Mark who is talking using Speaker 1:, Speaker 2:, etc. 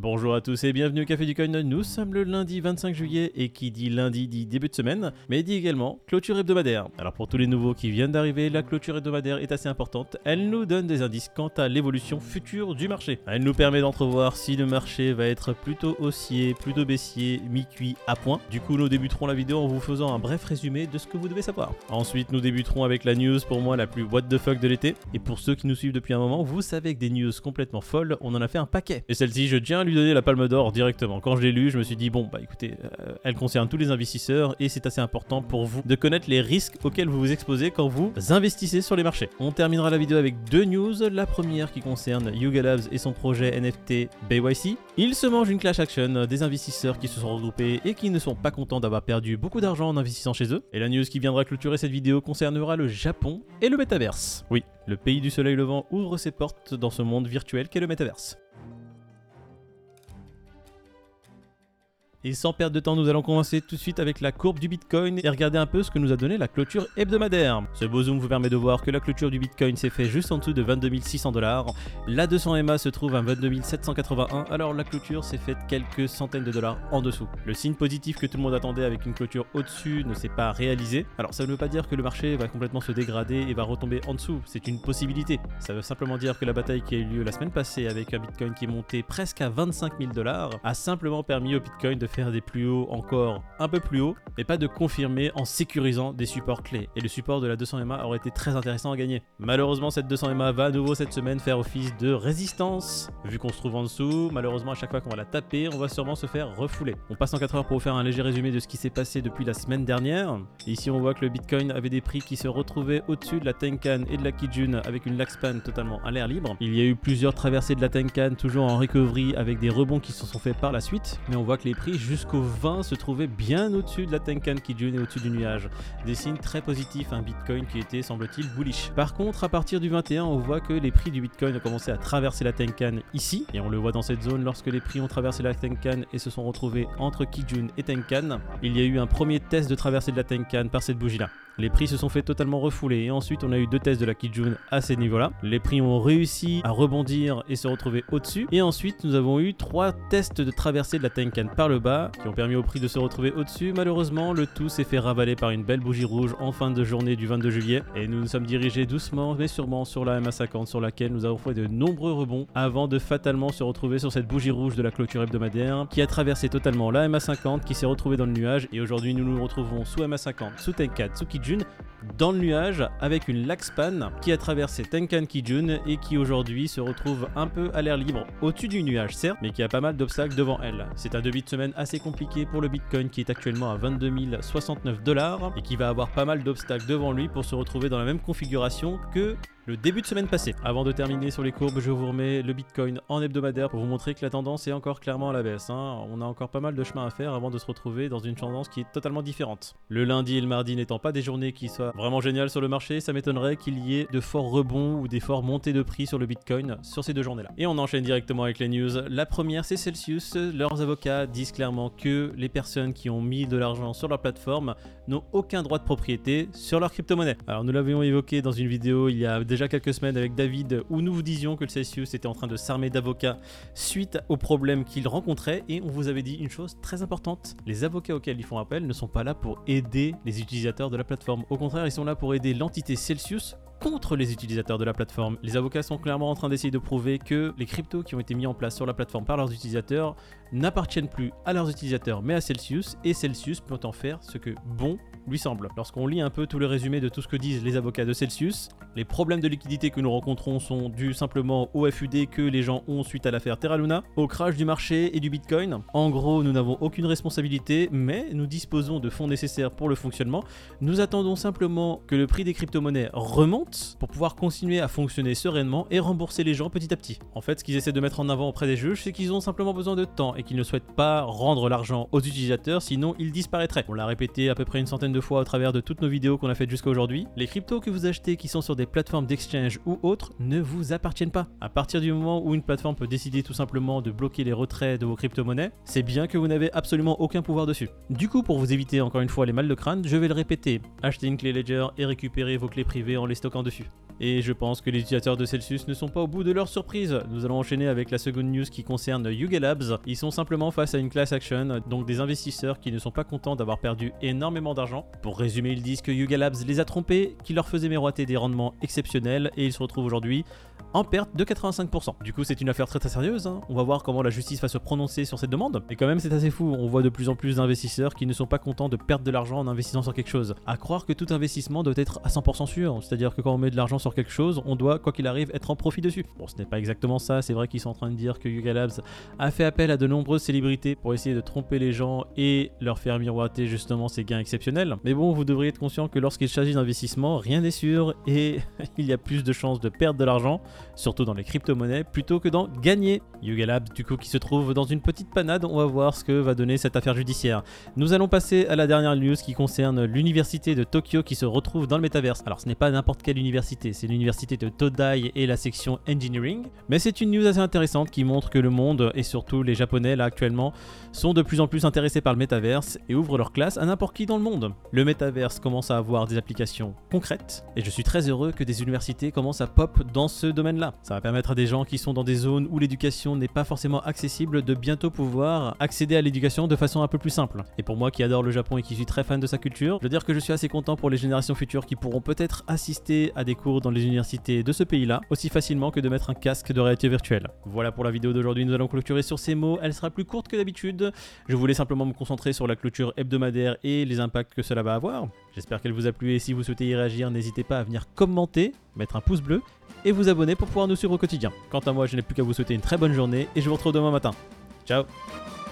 Speaker 1: Bonjour à tous et bienvenue au Café du Coin. Nous sommes le lundi 25 juillet et qui dit lundi dit début de semaine, mais dit également clôture hebdomadaire. Alors pour tous les nouveaux qui viennent d'arriver, la clôture hebdomadaire est assez importante. Elle nous donne des indices quant à l'évolution future du marché. Elle nous permet d'entrevoir si le marché va être plutôt haussier, plutôt baissier, mi-cuit, à point. Du coup, nous débuterons la vidéo en vous faisant un bref résumé de ce que vous devez savoir. Ensuite, nous débuterons avec la news pour moi la plus what the fuck de l'été. Et pour ceux qui nous suivent depuis un moment, vous savez que des news complètement folles, on en a fait un paquet. Et celle-ci, je tiens à lui donner la palme d'or directement. Quand je l'ai lu, je me suis dit bon bah écoutez, elle concerne tous les investisseurs et c'est assez important pour vous de connaître les risques auxquels vous vous exposez quand vous investissez sur les marchés. On terminera la vidéo avec deux news. La première qui concerne Yuga Labs et son projet NFT BYC. Il se mange une clash action des investisseurs qui se sont regroupés et qui ne sont pas contents d'avoir perdu beaucoup d'argent en investissant chez eux. Et la news qui viendra clôturer cette vidéo concernera le Japon et le métaverse. Oui, le pays du soleil levant ouvre ses portes dans ce monde virtuel qu'est le métaverse. Et sans perdre de temps, nous allons commencer tout de suite avec la courbe du Bitcoin et regarder un peu ce que nous a donné la clôture hebdomadaire. Ce beau zoom vous permet de voir que la clôture du Bitcoin s'est fait juste en dessous de 22 600 $. La 200 EMA se trouve à 22 781, alors la clôture s'est faite quelques centaines de dollars en dessous. Le signe positif que tout le monde attendait avec une clôture au-dessus ne s'est pas réalisé. Alors ça ne veut pas dire que le marché va complètement se dégrader et va retomber en dessous, c'est une possibilité. Ça veut simplement dire que la bataille qui a eu lieu la semaine passée avec un Bitcoin qui est monté presque à 25 000 $ a simplement permis au Bitcoin de faire des plus hauts encore un peu plus haut, mais pas de confirmer en sécurisant des supports clés. Et le support de la 200 EMA aurait été très intéressant à gagner. Malheureusement, cette 200 EMA va à nouveau cette semaine faire office de résistance. Vu qu'on se trouve en dessous, malheureusement à chaque fois qu'on va la taper, on va sûrement se faire refouler. On passe en 4 heures pour vous faire un léger résumé de ce qui s'est passé depuis la semaine dernière. Et ici on voit que le Bitcoin avait des prix qui se retrouvaient au-dessus de la Tenkan et de la Kijun avec une Laxpan totalement à l'air libre. Il y a eu plusieurs traversées de la Tenkan toujours en recovery avec des rebonds qui se sont faits par la suite, mais on voit que les prix jusqu'au 20 se trouvaient bien au-dessus de la Tenkan Kijun et au-dessus du nuage. Des signes très positifs, un Bitcoin qui était semble-t-il bullish. Par contre, à partir du 21, on voit que les prix du Bitcoin ont commencé à traverser la Tenkan ici, et on le voit dans cette zone lorsque les prix ont traversé la Tenkan et se sont retrouvés entre Kijun et Tenkan. Il y a eu un premier test de traversée de la Tenkan par cette bougie-là. Les prix se sont fait totalement refouler et ensuite on a eu deux tests de la Kijun à ces niveaux-là. Les prix ont réussi à rebondir et se retrouver au-dessus. Et ensuite nous avons eu trois tests de traversée de la Tenkan par le bas qui ont permis au prix de se retrouver au-dessus. Malheureusement, le tout s'est fait ravaler par une belle bougie rouge en fin de journée du 22 juillet. Et nous nous sommes dirigés doucement mais sûrement sur la MA50 sur laquelle nous avons fait de nombreux rebonds avant de fatalement se retrouver sur cette bougie rouge de la clôture hebdomadaire qui a traversé totalement la MA50 qui s'est retrouvée dans le nuage. Et aujourd'hui nous nous retrouvons sous MA50, sous Tenkan, sous Kijun dans le nuage avec une Laxpan qui a traversé Tenkan Kijun et qui aujourd'hui se retrouve un peu à l'air libre au-dessus du nuage certes, mais qui a pas mal d'obstacles devant elle. C'est un début de semaine assez compliqué pour le Bitcoin qui est actuellement à 22 069 $ et qui va avoir pas mal d'obstacles devant lui pour se retrouver dans la même configuration que le début de semaine passée. Avant de terminer sur les courbes, je vous remets le Bitcoin en hebdomadaire pour vous montrer que la tendance est encore clairement à la baisse. On a encore pas mal de chemin à faire avant de se retrouver dans une tendance qui est totalement différente. Le lundi et le mardi n'étant pas des journées qui soient vraiment géniales sur le marché, ça m'étonnerait qu'il y ait de forts rebonds ou des forts montées de prix sur le Bitcoin sur ces deux journées-là. Et on enchaîne directement avec les news. La première, c'est Celsius. Leurs avocats disent clairement que les personnes qui ont mis de l'argent sur leur plateforme n'ont aucun droit de propriété sur leur crypto-monnaie. Alors nous l'avions évoqué dans une vidéo il y a déjà quelques semaines avec David où nous vous disions que le Celsius était en train de s'armer d'avocats suite aux problèmes qu'il rencontrait et on vous avait dit une chose très importante, les avocats auxquels ils font appel ne sont pas là pour aider les utilisateurs de la plateforme, au contraire ils sont là pour aider l'entité Celsius contre les utilisateurs de la plateforme. Les avocats sont clairement en train d'essayer de prouver que les cryptos qui ont été mis en place sur la plateforme par leurs utilisateurs n'appartiennent plus à leurs utilisateurs mais à Celsius et Celsius peut en faire ce que bon lui semble. Lorsqu'on lit un peu tout le résumé de tout ce que disent les avocats de Celsius, les problèmes de liquidité que nous rencontrons sont dus simplement au FUD que les gens ont suite à l'affaire Terra Luna, au crash du marché et du Bitcoin. En gros, nous n'avons aucune responsabilité, mais nous disposons de fonds nécessaires pour le fonctionnement. Nous attendons simplement que le prix des crypto-monnaies remonte pour pouvoir continuer à fonctionner sereinement et rembourser les gens petit à petit. En fait, ce qu'ils essaient de mettre en avant auprès des juges, c'est qu'ils ont simplement besoin de temps et qu'ils ne souhaitent pas rendre l'argent aux utilisateurs, sinon ils disparaîtraient. On l'a répété à peu près une centaine de fois au travers de toutes nos vidéos qu'on a faites jusqu'à aujourd'hui. Les cryptos que vous achetez qui sont sur des plateformes d'exchange ou autres ne vous appartiennent pas. À partir du moment où une plateforme peut décider tout simplement de bloquer les retraits de vos crypto-monnaies, c'est bien que vous n'avez absolument aucun pouvoir dessus. Du coup, pour vous éviter encore une fois les mal de crâne, je vais le répéter, achetez une clé Ledger et récupérez vos clés privées en les stockant dessus. Et je pense que les utilisateurs de Celsius ne sont pas au bout de leur surprise. Nous allons enchaîner avec la seconde news qui concerne Yuga Labs. Ils sont simplement face à une class action, donc des investisseurs qui ne sont pas contents d'avoir perdu énormément d'argent. Pour résumer, ils disent que Yuga Labs les a trompés, qu'ils leur faisaient miroiter des rendements exceptionnels et ils se retrouvent aujourd'hui en perte de 85%. Du coup, c'est une affaire très très sérieuse, hein. On va voir comment la justice va se prononcer sur cette demande. Et quand même, c'est assez fou. On voit de plus en plus d'investisseurs qui ne sont pas contents de perdre de l'argent en investissant sur quelque chose. À croire que tout investissement doit être à 100% sûr. C'est-à-dire que quand on met de l'argent sur quelque chose, on doit, quoi qu'il arrive, être en profit dessus. Bon, ce n'est pas exactement ça. C'est vrai qu'ils sont en train de dire que Yuga Labs a fait appel à de nombreuses célébrités pour essayer de tromper les gens et leur faire miroiter justement ces gains exceptionnels. Mais bon, vous devriez être conscient que lorsqu'il s'agit d'investissement, rien n'est sûr et il y a plus de chances de perdre de l'argent, surtout dans les crypto-monnaies, plutôt que d'en gagner. Yuga Labs, du coup, qui se trouve dans une petite panade, on va voir ce que va donner cette affaire judiciaire. Nous allons passer à la dernière news qui concerne l'université de Tokyo qui se retrouve dans le métaverse. Alors, ce n'est pas n'importe quelle université, c'est l'université de Todai et la section Engineering, mais c'est une news assez intéressante qui montre que le monde, et surtout les Japonais là actuellement, sont de plus en plus intéressés par le métaverse et ouvrent leur classe à n'importe qui dans le monde. Le métaverse commence à avoir des applications concrètes, et je suis très heureux que des universités commencent à pop dans ce domaine-là. Ça va permettre à des gens qui sont dans des zones où l'éducation n'est pas forcément accessible de bientôt pouvoir accéder à l'éducation de façon un peu plus simple. Et pour moi qui adore le Japon et qui suis très fan de sa culture, je veux dire que je suis assez content pour les générations futures qui pourront peut-être assister à des cours dans les universités de ce pays-là aussi facilement que de mettre un casque de réalité virtuelle. Voilà pour la vidéo d'aujourd'hui, nous allons clôturer sur ces mots. Elle sera plus courte que d'habitude. Je voulais simplement me concentrer sur la clôture hebdomadaire et les impacts que cela va avoir. J'espère qu'elle vous a plu et si vous souhaitez y réagir, n'hésitez pas à venir commenter, mettre un pouce bleu et vous abonner pour pouvoir nous suivre au quotidien. Quant à moi, je n'ai plus qu'à vous souhaiter une très bonne journée et je vous retrouve demain matin. Ciao!